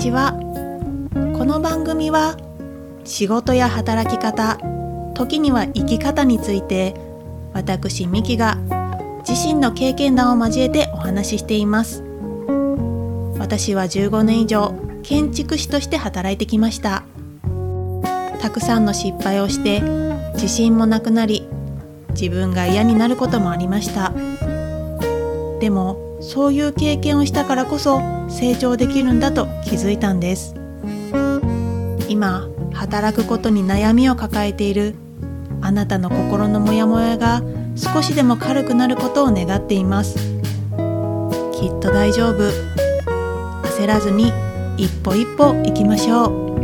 ちは。この番組は仕事や働き方、時には生き方について私ミキが自身の経験談を交えてお話ししています。私は15年以上建築士として働いてきました。たくさんの失敗をして自信もなくなり、自分が嫌になることもありました。でもそういう経験をしたからこそ成長できるんだと気づいたんです。今働くことに悩みを抱えているあなたの心のモヤモヤが少しでも軽くなることを願っています。きっと大丈夫。焦らずに一歩一歩行きましょう。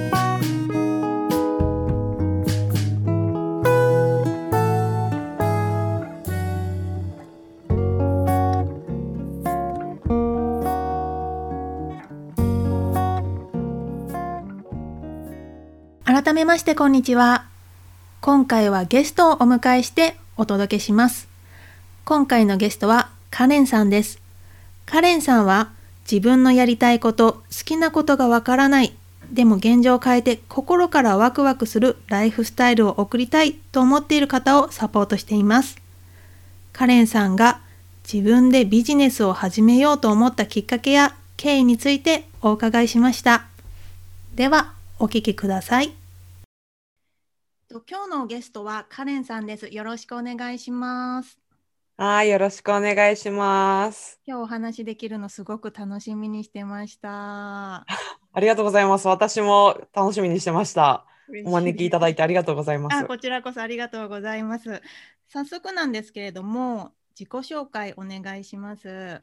改めましてこんにちは。今回はゲストをお迎えしてお届けします。今回のゲストはカレンさんです。カレンさんは自分のやりたいこと、好きなことがわからない、でも現状を変えて心からワクワクするライフスタイルを送りたいと思っている方をサポートしています。カレンさんが自分でビジネスを始めようと思ったきっかけや経緯についてお伺いしました。ではお聞きください。今日のゲストはカレンさんです。よろしくお願いします。 はい、よろしくお願いします。 今日お話できるのすごく楽しみにしてました。 ありがとうございます。私も楽しみにしてました。お招きいただいてありがとうございます。 こちらこそありがとうございます。早速なんですけれども、自己紹介お願いします。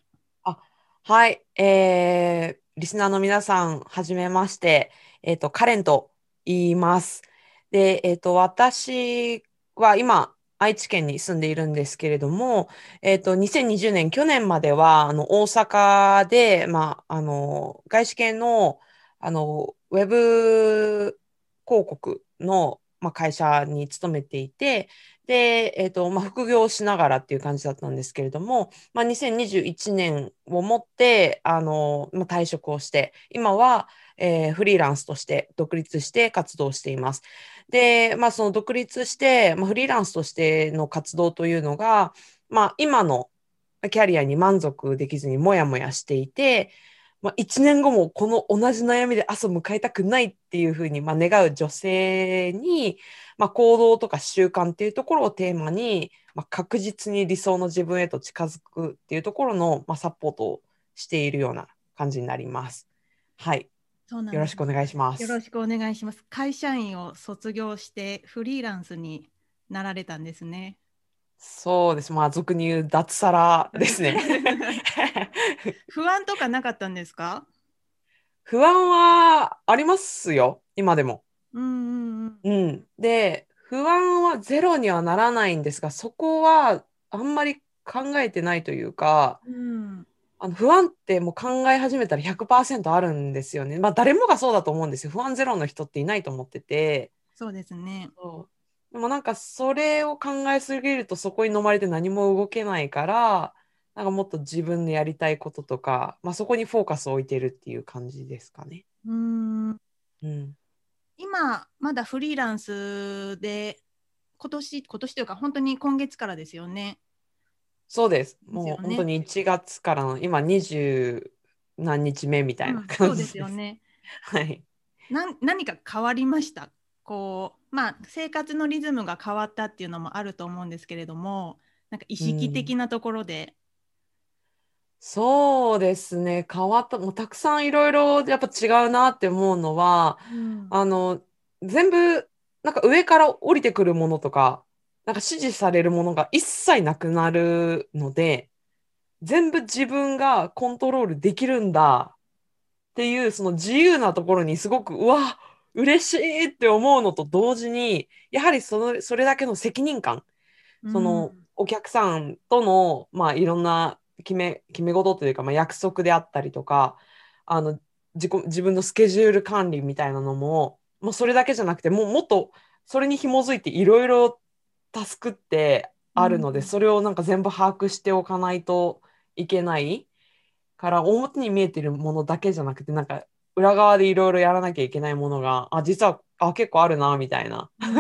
はい、リスナーの皆さん、はじめまして、カレンと言います。で、私は今、愛知県に住んでいるんですけれども、2020年、去年までは、大阪で、外資系の、ウェブ広告の、会社に勤めていて、で、副業をしながらっていう感じだったんですけれども、2021年をもって、退職をして、今は、フリーランスとして独立して活動しています。で、その独立して、フリーランスとしての活動というのが、今のキャリアに満足できずにもやもやしていて、1年後もこの同じ悩みで朝迎えたくないっていうふうに願う女性に、行動とか習慣っていうところをテーマに、確実に理想の自分へと近づくっていうところの、サポートをしているような感じになります。はい。 そうなんです。 よろしくお願いします。 よろしくお願いします。会社員を卒業してフリーランスになられたんですね。 そうです。俗に言う脱サラですね。 不安とかなかったんですか？ 不安はありますよ、今でも。で、不安はゼロにはならないんですが、そこはあんまり考えてないというか、不安ってもう考え始めたら 100% あるんですよね。誰もがそうだと思うんですよ。不安ゼロの人っていないと思ってて。 そうですね。 でもそれを考えすぎるとそこに飲まれて何も動けないから、もっと自分のやりたいこととか、そこにフォーカスを置いてるっていう感じですかね。 今まだフリーランスで今年というか本当に今月からですよね。 そうです。もう本当に1月からの今20何日目みたいな感じです。 そうですよね。 はい。 何か変わりました？生活のリズムが変わったっていうのもあると思うんですけれども、意識的なところで。 そうですね。変わった。もうたくさんいろいろやっぱ違うなって思うのは、全部上から降りてくるものとか、指示されるものが一切なくなるので、全部自分がコントロールできるんだっていうその自由なところにすごく嬉しいって思うのと同時に、やはりそれだけの責任感、そのお客さんとのいろんな決め事というか、約束であったりとか、自分のスケジュール管理みたいなのもそれだけじゃなくて、もっとそれに紐づいていろいろタスクってあるので、それを全部把握しておかないといけないから、表に見えてるものだけじゃなくて、 裏側でいろいろやらなきゃいけないものが、実は、結構あるな、みたいな。 うん。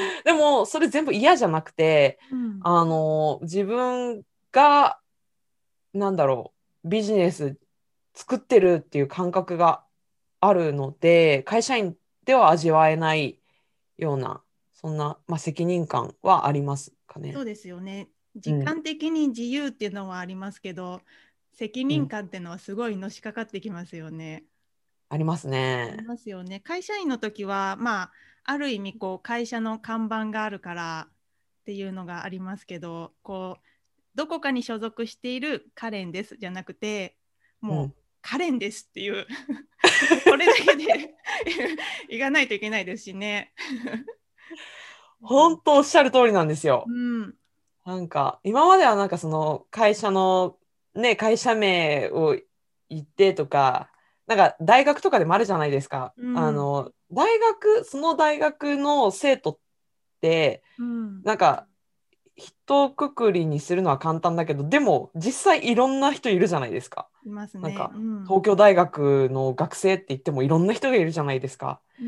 でも、それ全部嫌じゃなくて、 うん。 自分が、なんだろビジネス作ってるっていう感覚があるので、会社員では味わえないような、そんな、責任感はありますかね。 そうですよね。 うん。 時間的に自由っていうのはありますけど、責うん。 任感っていうのはすごいのしかかってきますよね。 ありますね。 ありますよね。会社員の時は、まあ、ある意味こう会社の看板があるからっていうのがありますけど、こうどこかに所属しているカレンですじゃなくて、もううん。 カレンですっていうこれだけで言わないといけないですしね。 本当おっしゃる通りなんですよ。 うん、 なんか、今まではなんかその会社のね、会社名を言ってとか、なんか大学とかでもあるじゃないですか。 うん、 その大学の生徒って、 うん、 なんか、一括りにするのは簡単だけど、でも実際いろんな人いるじゃないですか。 いますね。 なんか、 うん、 東京大学の学生って言ってもいろんな人がいるじゃないですか。 うん、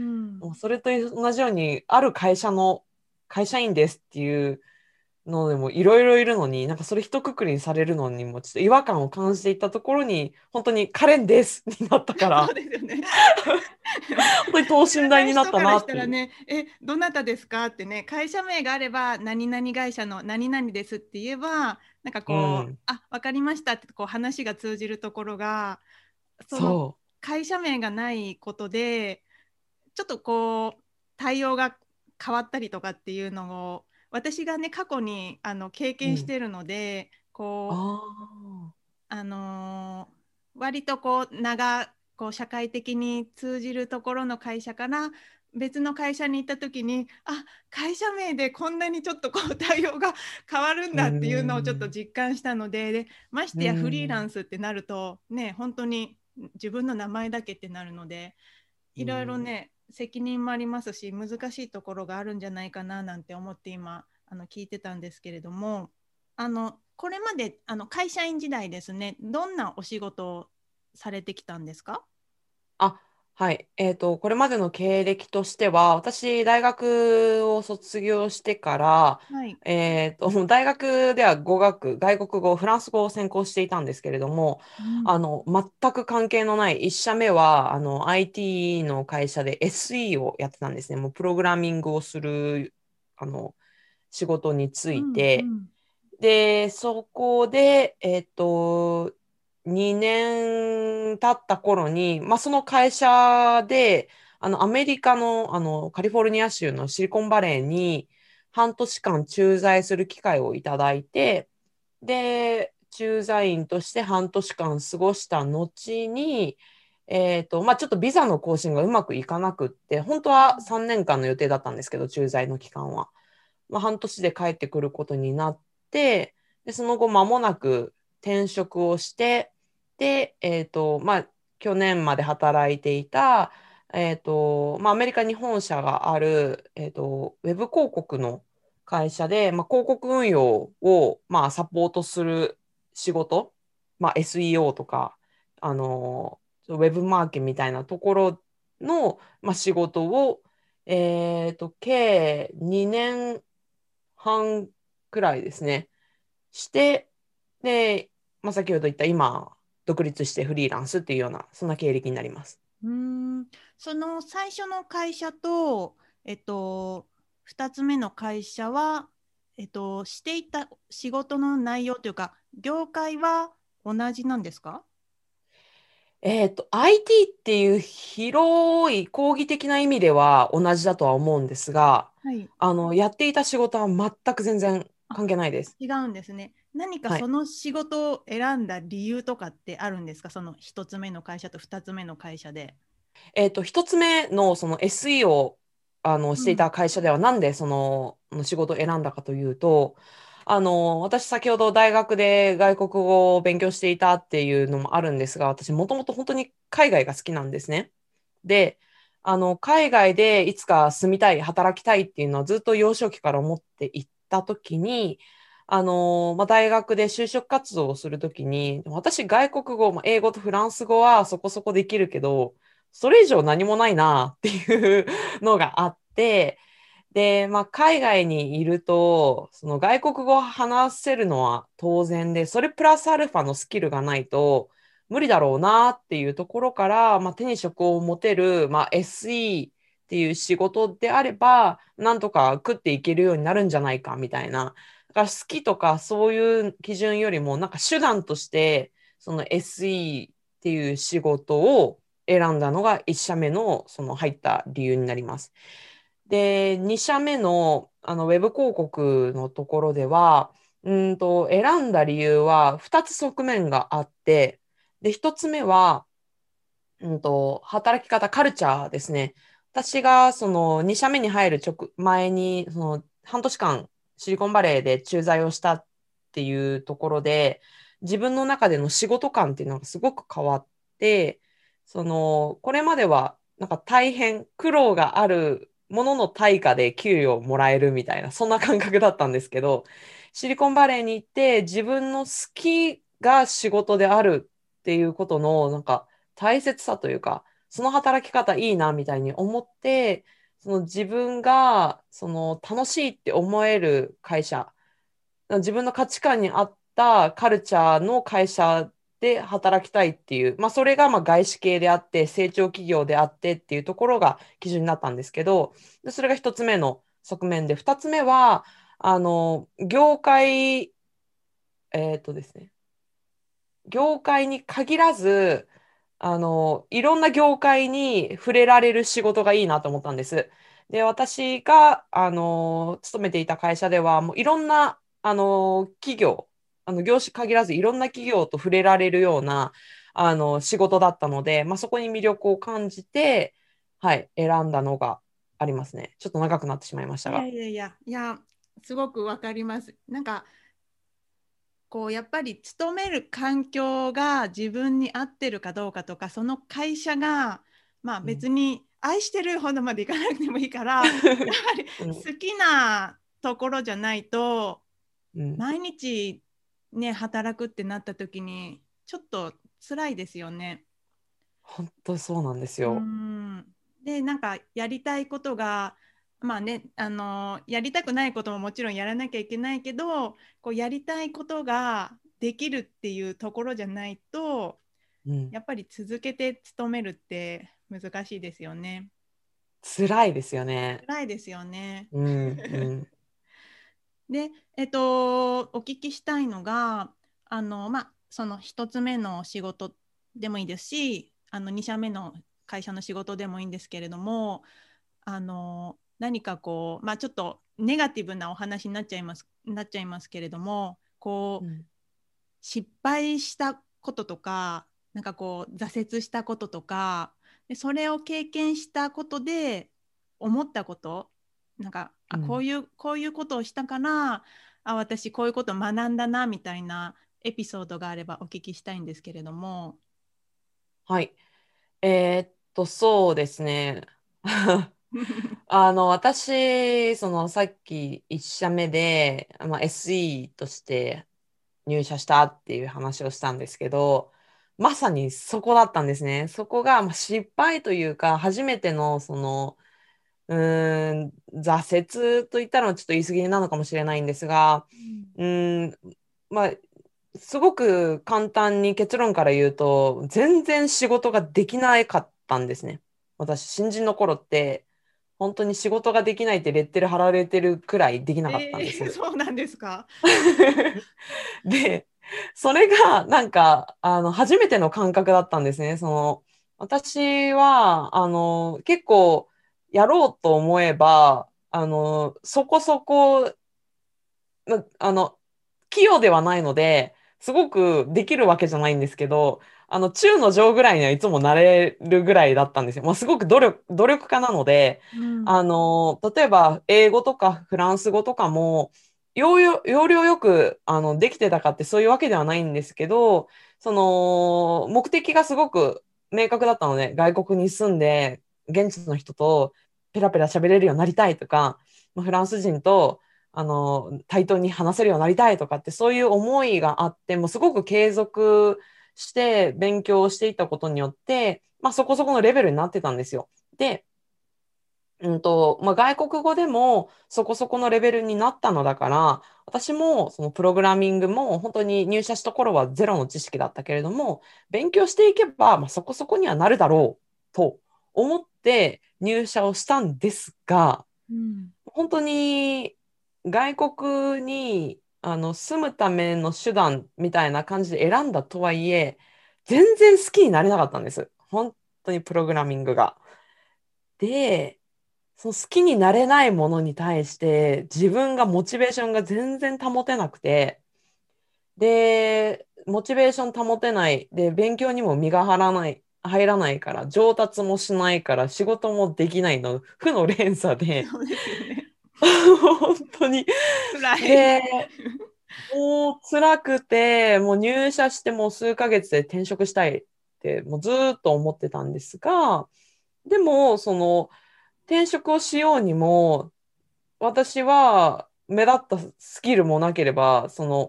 もうそれと同じように、ある会社の会社員ですっていうのでもいろいろいるのに、なんかそれ一括りにされるのにもちょっと違和感を感じていたところに、本当にカレンですになったかそうら、 ですよね。 本当に等知ら身大になったない人からなっていう。 したらね、どなたですかってね、会社名があれば、何々会社の何々ですって言えば、なんかこう、 うん。 あ、わかりましたってこう話が通じるところが、そのそ会社名がないことで、ちょっとこう、対応が変わったりとかっていうのを、私がね、過去に経う。うん。 験してるので、 あこう、 あ。 あの割とこう社会的に通じるところの会社から別の会社に行った時に、あ、会社名でこんなにちょっとこう対応が変わるんうだっていうのをちょっとん。 実感したので、ましうてやフリーランん。 スってなるとね、本当に自分の名前だけってなるので、いろいろうん。 ね責任もありますし、難しいところがあるんじゃないかななんて思って今聞いてたんですけれども、これまで会社員時代ですね、どんなお仕事をされてきたんですか？ あ、はい。これまでの経歴としては、私、大学を卒業してから、 はい。 大学では語学、外国語、フランス語を専攻していたんですけれども、 うん。 全く関係のない一社目は、IT の会社で SE をやってたんですね。もうプログラミングをする、あの、仕事についうんうて、 んで、そこで、2年経った頃に、その会社で、アメリカの、カリフォルニア州のシリコンバレーに半年間駐在する機会をいただいて、で、駐在員として半年間過ごした後に、ちょっとビザの更新がうまくいかなくって、本当は3年間の予定だったんですけど、駐在の期間は。半年で帰ってくることになって、で、その後間もなく転職をして、で、去年まで働いていた、アメリカに本社がある、ウェブ広告の会社で、広告運用を、サポートする仕事、SEO とか、ウェブマーケみたいなところの、仕事を、計2年半くらいですね。して、で、先ほど言った今、独立してフリーランスっていうような、そんな経歴になります。 うーん。その最初の会社と、2つ目の会社は、していた仕事の内容というか、業界は同じなんですか？ IT っていう広い講義的な意味では同じだとは思うんですが、 はい。 やっていた仕事は全く全然あ、 関係ないです。 違うんですね。何かはい。 その仕事を選んだ理由とかってあるんですか？その一つ目の会社と二つ目の会社で。 一つ目のその SE をしていうん。 た会社ではなんでその仕事を選んだかというと、私先ほど大学で外国語を勉強していたっていうのもあるんですが、私もともと本当に海外が好きなんですね。で、海外でいつか住みたい、働きたいっていうのはずっと幼少期から思っていったときに、大学で就職活動をするときに、私外国語、英語とフランス語はそこそこできるけど、 それ以上何もないなっていうのがあって、で、まあ、海外にいると、その外国語を話せるのは当然で、それプラスアルファのスキルがないと無理だろうなっていうところから、まあ、手に職を持てる、まあ、SE っていう仕事であれば、なんとか食っていけるようになるんじゃないかみたいな。だから好きとかそういう基準よりも、なんか手段として、その SE っていう仕事を選んだのが1社目のその入った理由になります。で、2社目の、ウェブ広告のところでは、選んだ理由は2つ側面があって、で、1つ目は、働き方、カルチャーですね。私がその2社目に入る前に、その半年間シリコンバレーで駐在をしたっていうところで、自分の中での仕事感っていうのがすごく変わって、これまではなんか大変苦労があるものの対価で給与をもらえるみたいな、そんな感覚だったんですけど、シリコンバレーに行って自分の好きが仕事であるっていうことの、なんか大切さというか、その働き方いいなみたいに思って、その自分がその楽しいって思える会社、自分の価値観に合ったカルチャーの会社で働きたいっていう、まあそれがまあ外資系であって、成長企業であってっていうところが基準になったんですけど、でそれが一つ目の側面で、二つ目は、業界、ですね、業界に限らず、いろんな業界に触れられる仕事がいいなと思ったんです。で、私が、勤めていた会社では、もういろんな、企業、業種限らずいろんな企業と触れられるような、仕事だったので、まあ、そこに魅力を感じて、はい、選んだのがありますね。ちょっと長くなってしまいましたいやが。 いやいや、いや、すごくわかります。なんか、こう、やっぱり勤める環境が自分に合ってるかどうかとか、その会社が、まあうん。 別に愛してるほどまでいかなくてもいいから、やはりうん。 好きなところじゃないと、 うん。 毎日ね、働くってなった時に、ちょっと辛いですよね。 本当そうなんですうよ。 ん。で、なんかやりたいことが、まあね、やりたくないことももちろんやらなきゃいけないけど、こうやりたいことができるっていうところじゃないと、 うん。 やっぱり続けて勤めるって難しいですよね。 辛いですよね。 辛いですよね。 うん、うん、 で、お聞きしたいのが、まあ、その一つ目の仕事でもいいですし、二社目の会社の仕事でもいいんですけれども、何かこう、まあ、ちょっとネガティブなお話になっちゃいますけれども、こう、 うん、 失敗したこととか、なんかこう、挫折したこととか、で、それを経験したことで思ったこと、なんか、あ、 うん。 こういうことをしたから、あ、私こういうことを学んだな、みたいなエピソードがあればお聞きしたいんですけれども。 はい。そうですね。私、さっき一社目で、まあ、SE として入社したっていう話をしたんですけど、まさにそこだったんですね。そこが、まあ、失敗というか、初めての、挫折と言ったのはちょっと言い過ぎなのかもしれないんですが、 うん。 うーん、まあ、すごく簡単に結論から言うと、全然仕事ができなかったんですね。私、新人の頃って、本当に仕事ができないってレッテル貼られてるくらいできなかったんです。 そうなんですか。 で、それがなんか、初めての感覚だったんですね。私は、結構、やろうと思えば、そこそこ、ま器用ではないので、すごくできるわけじゃないんですけど、中の上ぐらいにはいつもなれるぐらいだったんですよ。まあ、すごく努力家なので、 うん。 例えば、英語とかフランス語とかも、要領よく、できてたかってそういうわけではないんですけど、目的がすごく明確だったので、外国に住んで、現地の人とペラペラ喋れるようになりたいとか、まあフランス人と、対等に話せるようになりたいとかって、そういう思いがあって、もうすごく継続して勉強をしていったことによって、まあ、そこそこのレベルになってたんですよ。で、まあ、外国語でもそこそこのレベルになったのだから、私もそのプログラミングも本当に入社した頃はゼロの知識だったけれども、勉強していけば、まあ、そこそこにはなるだろうと思って入社をしたんですが、 うん。 本当に外国に住むための手段みたいな感じで選んだとはいえ、全然好きになれなかったんです。本当にプログラミングが。で、その好きになれないものに対して自分がモチベーションが全然保てなくて、で、モチベーション保てない、で、勉強にも身が入らないから、上達もしないから、仕事もできないの、負の連鎖で、 そうですよね。 本当に。 辛い。 で、もう辛くて、もう入社してもう数ヶ月で転職したいって、もうずーっと思ってたんですが、でも、転職をしようにも、私は目立ったスキルもなければ、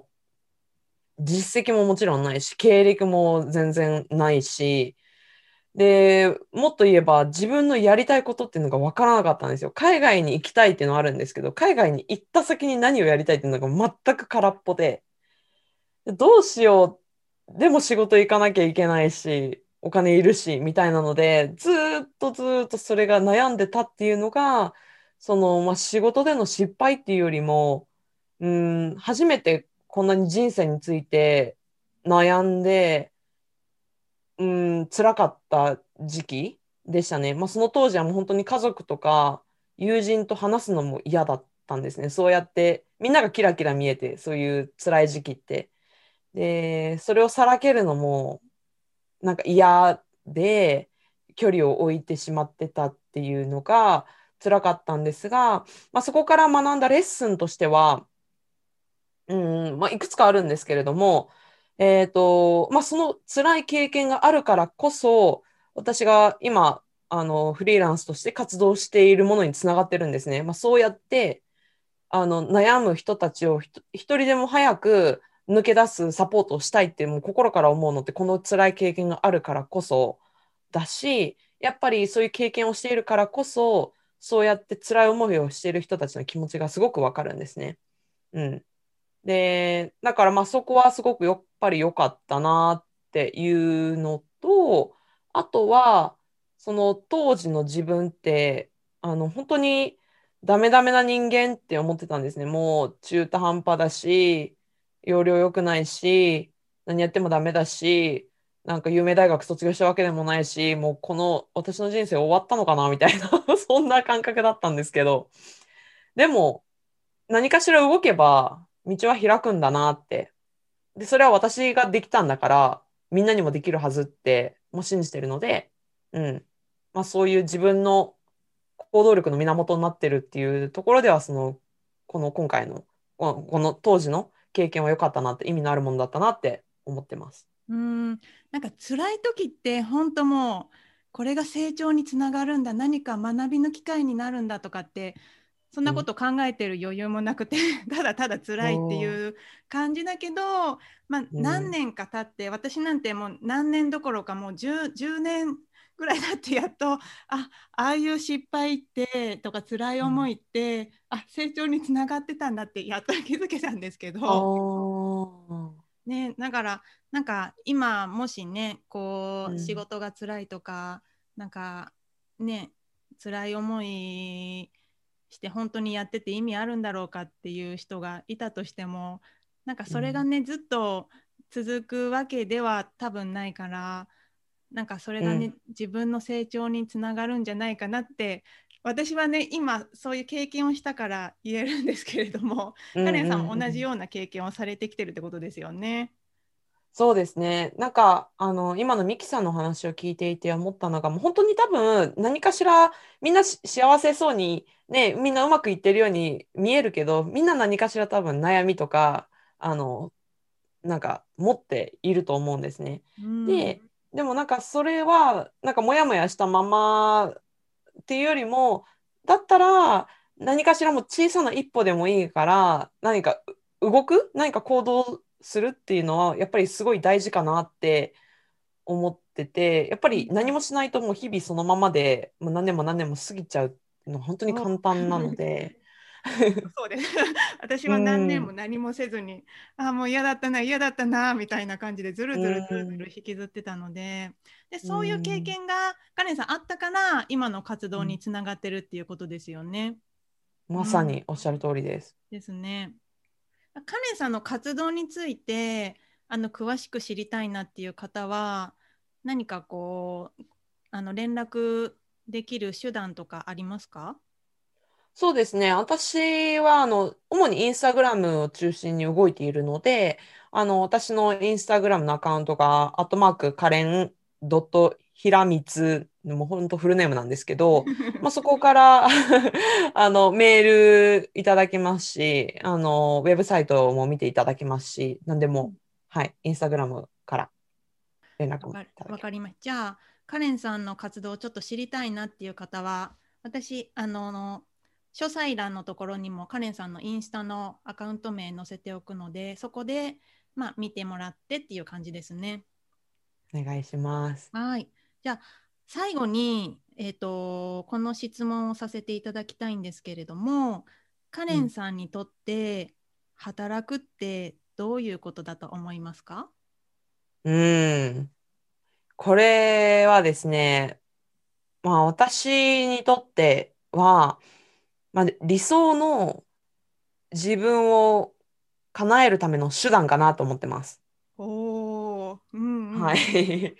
実績ももちろんないし、経歴も全然ないし、で、もっと言えば自分のやりたいことっていうのが分からなかったんですよ。海外に行きたいっていうのはあるんですけど、海外に行った先に何をやりたいっていうのが全く空っぽで、どうしよう。でも仕事行かなきゃいけないし、お金いるし、みたいなので、ずーっとそれが悩んでたっていうのが、まあ、仕事での失敗っていうよりも、初めてこんなに人生について悩んで、辛かった時期でしたね。まあ、その当時はもう本当に家族とか友人と話すのも嫌だったんですね。そうやってみんながキラキラ見えて、そういう辛い時期って。で、それをさらけるのもなんか嫌で距離を置いてしまってたっていうのが辛かったんですが、まあ、そこから学んだレッスンとしては、まあ、いくつかあるんですけれども、まあ、その辛い経験があるからこそ、私が今、フリーランスとして活動しているものにつながってるんですね。まあ、そうやって、悩む人たちを一人でも早く抜け出すサポートをしたいってもう心から思うのって、この辛い経験があるからこそだし、やっぱりそういう経験をしているからこそ、そうやって辛い思いをしている人たちの気持ちがすごくわかるんですね。うん。で、だからまあそこはすごくやっぱり良かったなっていうのと、あとは、その当時の自分って、本当にダメな人間って思ってたんですね。もう中途半端だし、要領良くないし、何やってもダメだし、なんか有名大学卒業したわけでもないし、もうこの私の人生終わったのかなみたいなそんな感覚だったんですけど、でも、何かしら動けば道は開くんだなって。で、それは私ができたんだから、みんなにもできるはずって、もう信じてるので、うん。まあそういう自分の行動力の源になってるっていうところでは、この今回の、この当時の経験は良かったなって、意味のあるものだったなって思ってます。 うん、なんか辛い時って本当もうこれが成長につながるんだ、何か学びの機会になるんだとかってそんうん。 なこと考えてる余裕もなくてただただ辛いっておー。 いう感じだけど、まあ、 うん。 何年か経って私なんてもう何年どころかもう10年ぐらい経ってやっとああいう失敗ってとか辛いうん。 思いって成長につながってたんだってやっと気づけたんですけあど。 ー。 ね、だからなんか今もしねこう仕うん。 事が辛いとかなんかね辛い思いして本当にやってて意味あるんだろうかっていう人がいたとしてもなんかそれがうん。 ねずっと続くわけでは多分ないからなんかそれがねうん。 自分の成長につながるんじゃないかなって私はね今そういう経験をしたから言えるんですけれどもカレンうん。 さんも同じうん。 ような経験をされてきてるってことですよね。 そうですね。なんか、今のミキさんの話を聞いていて思ったのが、もう本当に多分何かしらみんな幸せそうに、ね、みんなうまくいってるように見えるけど、みんな何かしら多分悩みとか、なんか持っていると思うんですね。 うん、 で、でもなんかそれは、なんかモヤモヤしたままっていうよりも、だったら何かしらも小さな一歩でもいいから、何か動く何か行動するっていうのはやっぱりすごい大事かなって思ってて、やっぱり何もしないともう日々そのままで、もう何年も何年も過ぎちゃうのは本当にお簡単なので、 そうです。私うは何年もん、 何もせずに、もう嫌だったな、嫌だったな、みたいな感じでずるうずるずるずん、 る引きずってたので、 うそういう経ん、 験がカレンさんあったから、今の活動にうん、 つながってるっていうことですよね。 まさうん。 におっしゃる通りです。 ですね。カレンさんの活動について、詳しく知りたいなっていう方は、何か連絡できる手段とかありますか？ そうですね。私は、主にインスタグラムを中心に動いているので、私のインスタグラムのアカウントが、アットマーク、カレンドットひらみつ、もう本当フルネームなんですけど、まあ、そこからメールいただけますし、ウェブサイトも見ていただけますし、何でも、はい、インスタグラムから連絡もいただけます。 わかりました。じゃあ、カレンさんの活動をちょっと知りたいなっていう方は、私、詳細欄のところにもカレンさんのインスタのアカウント名載せておくので、そこで、見てもらってっていう感じですね。 お願いします。 はい。じゃあ、最後に、この質問をさせていただきたいんですけれども、カレンうん。 さんにとって働くってどういうことだと思いますか？ うーん。これはですね、まあ私にとっては、まあ、理想の自分を叶えるための手段かなと思ってます。 おー、うんうはんうん。 い。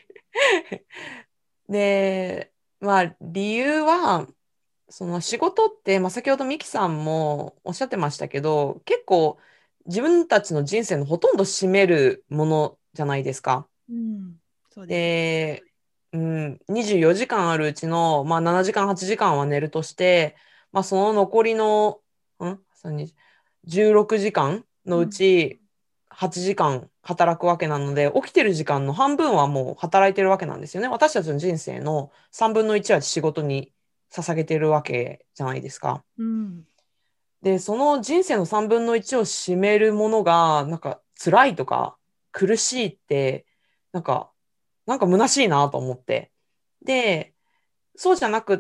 で、まあ理由は、その仕事って、まあ、先ほどミキさんもおっしゃってましたけど、結構自分たちの人生のほとんど占めるものじゃないですか。 うん、そうですね。 で、うん、24時間あるうちの、まあ、7時間、8時間は寝るとして、まあ、その残りの、16時間のううん、 ち8時間働くわけなので、起きてる時間の半分はもう働いてるわけなんですよね。私たちの人生の3分の1は仕事に捧げてるわけじゃないですか。 うん、 で、その人生の3分の1を占めるものが、なんか辛いとか苦しいって、なんか、なんか虚しいなと思って。で、そうじゃなくって、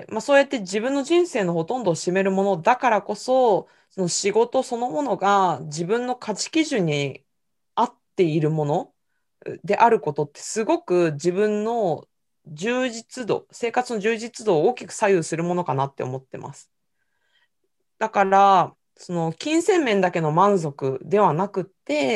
まあそうやって自分の人生のほとんどを占めるものだからこそ、その仕事そのものが自分の価値基準に合っているものであることってすごく自分の充実度、生活の充実度を大きく左右するものかなって思ってます。だから、その金銭面だけの満足ではなくって、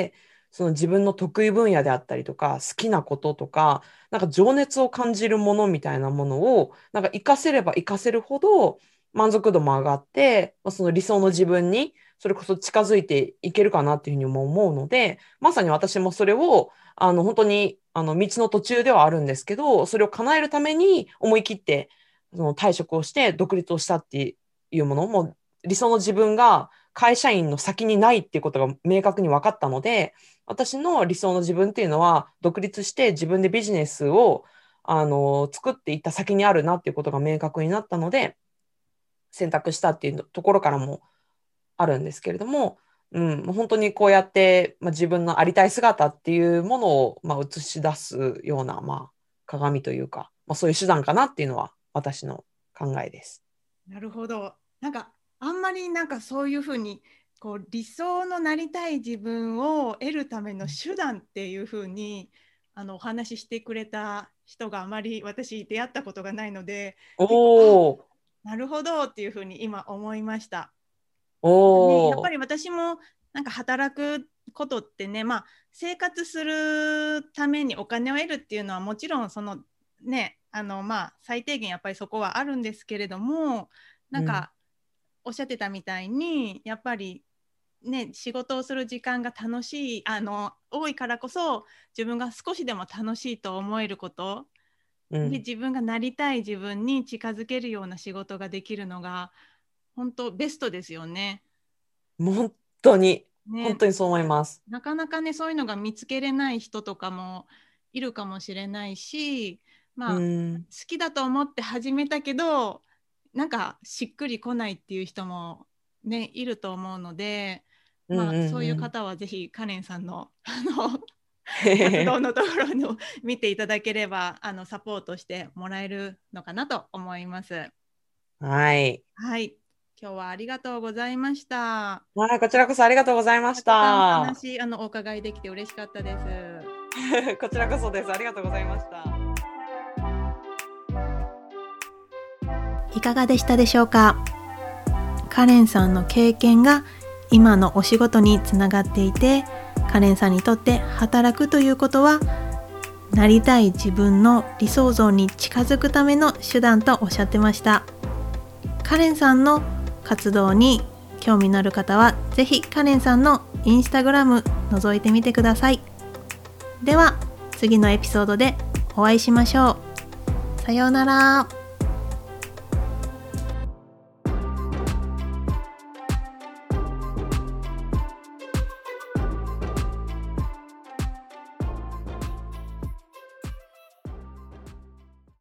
その自分の得意分野であったりとか、好きなこととか、なんか情熱を感じるものみたいなものを、なんか活かせれば活かせるほど満足度も上がって、まあその理想の自分にそれこそ近づいていけるかなっていうふうにも思うので、まさに私もそれを、本当に、道の途中ではあるんですけど、それを叶えるために思い切って、その退職をして独立をしたっていうものも理想の自分が会社員の先にないっていうことが明確に分かったので、私の理想の自分っていうのは、独立して自分でビジネスを、作っていった先にあるなっていうことが明確になったので、選択したっていうところからもあるんですけれども、うん、本当にこうやって、まあ、自分のありたい姿っていうものを、まあ、映し出すような、まあ、鏡というか、まあ、そういう手段かなっていうのは私の考えです。 なるほど。あんまりそういうふうに、理想のなりたい自分を得るための手段っていうふうに、お話ししてくれた人があまり私出会ったことがないので、 お結構、 ー、 なるほどっていうふうに今思いました。ね、やっぱおー、 り私も働くことってね、生活するためにお金を得るっていうのはもちろんそのね、最低限やっぱりそこはあるんですけれども、なうん。 んかおっしゃってたみたいにやっぱりね、仕事をする時間が楽しい、多いからこそ自分が少しでも楽しいと思えることで、 うん。 自分がなりたい自分に近づけるような仕事ができるのが本当ベストですよね。 もう本当に、本ね、 当にそう思います。 なかなかね、そういうのが見つけれない人とかもいるかもしれないし、 う好ん。 きだと思って始めたけど、しっくりこないっていう人もね、いると思うので、 そういう方はぜひカレンさんの活動のところを見ていただければサポートしてもらえるのかなと思います。 はい。 はい。今日はありがとうございました。 はい、こちらこそありがとうございました。 お話お伺いできて嬉しかったです。 こちらこそです。ありがとうございました。 いかがでしたでしょうか。カレンさんの経験が今のお仕事につながっていて、カレンさんにとって働くということはなりたい自分の理想像に近づくための手段とおっしゃってました。カレンさんの活動に興味のある方はぜひカレンさんのインスタグラム覗いてみてください。では次のエピソードでお会いしましょう。さようなら。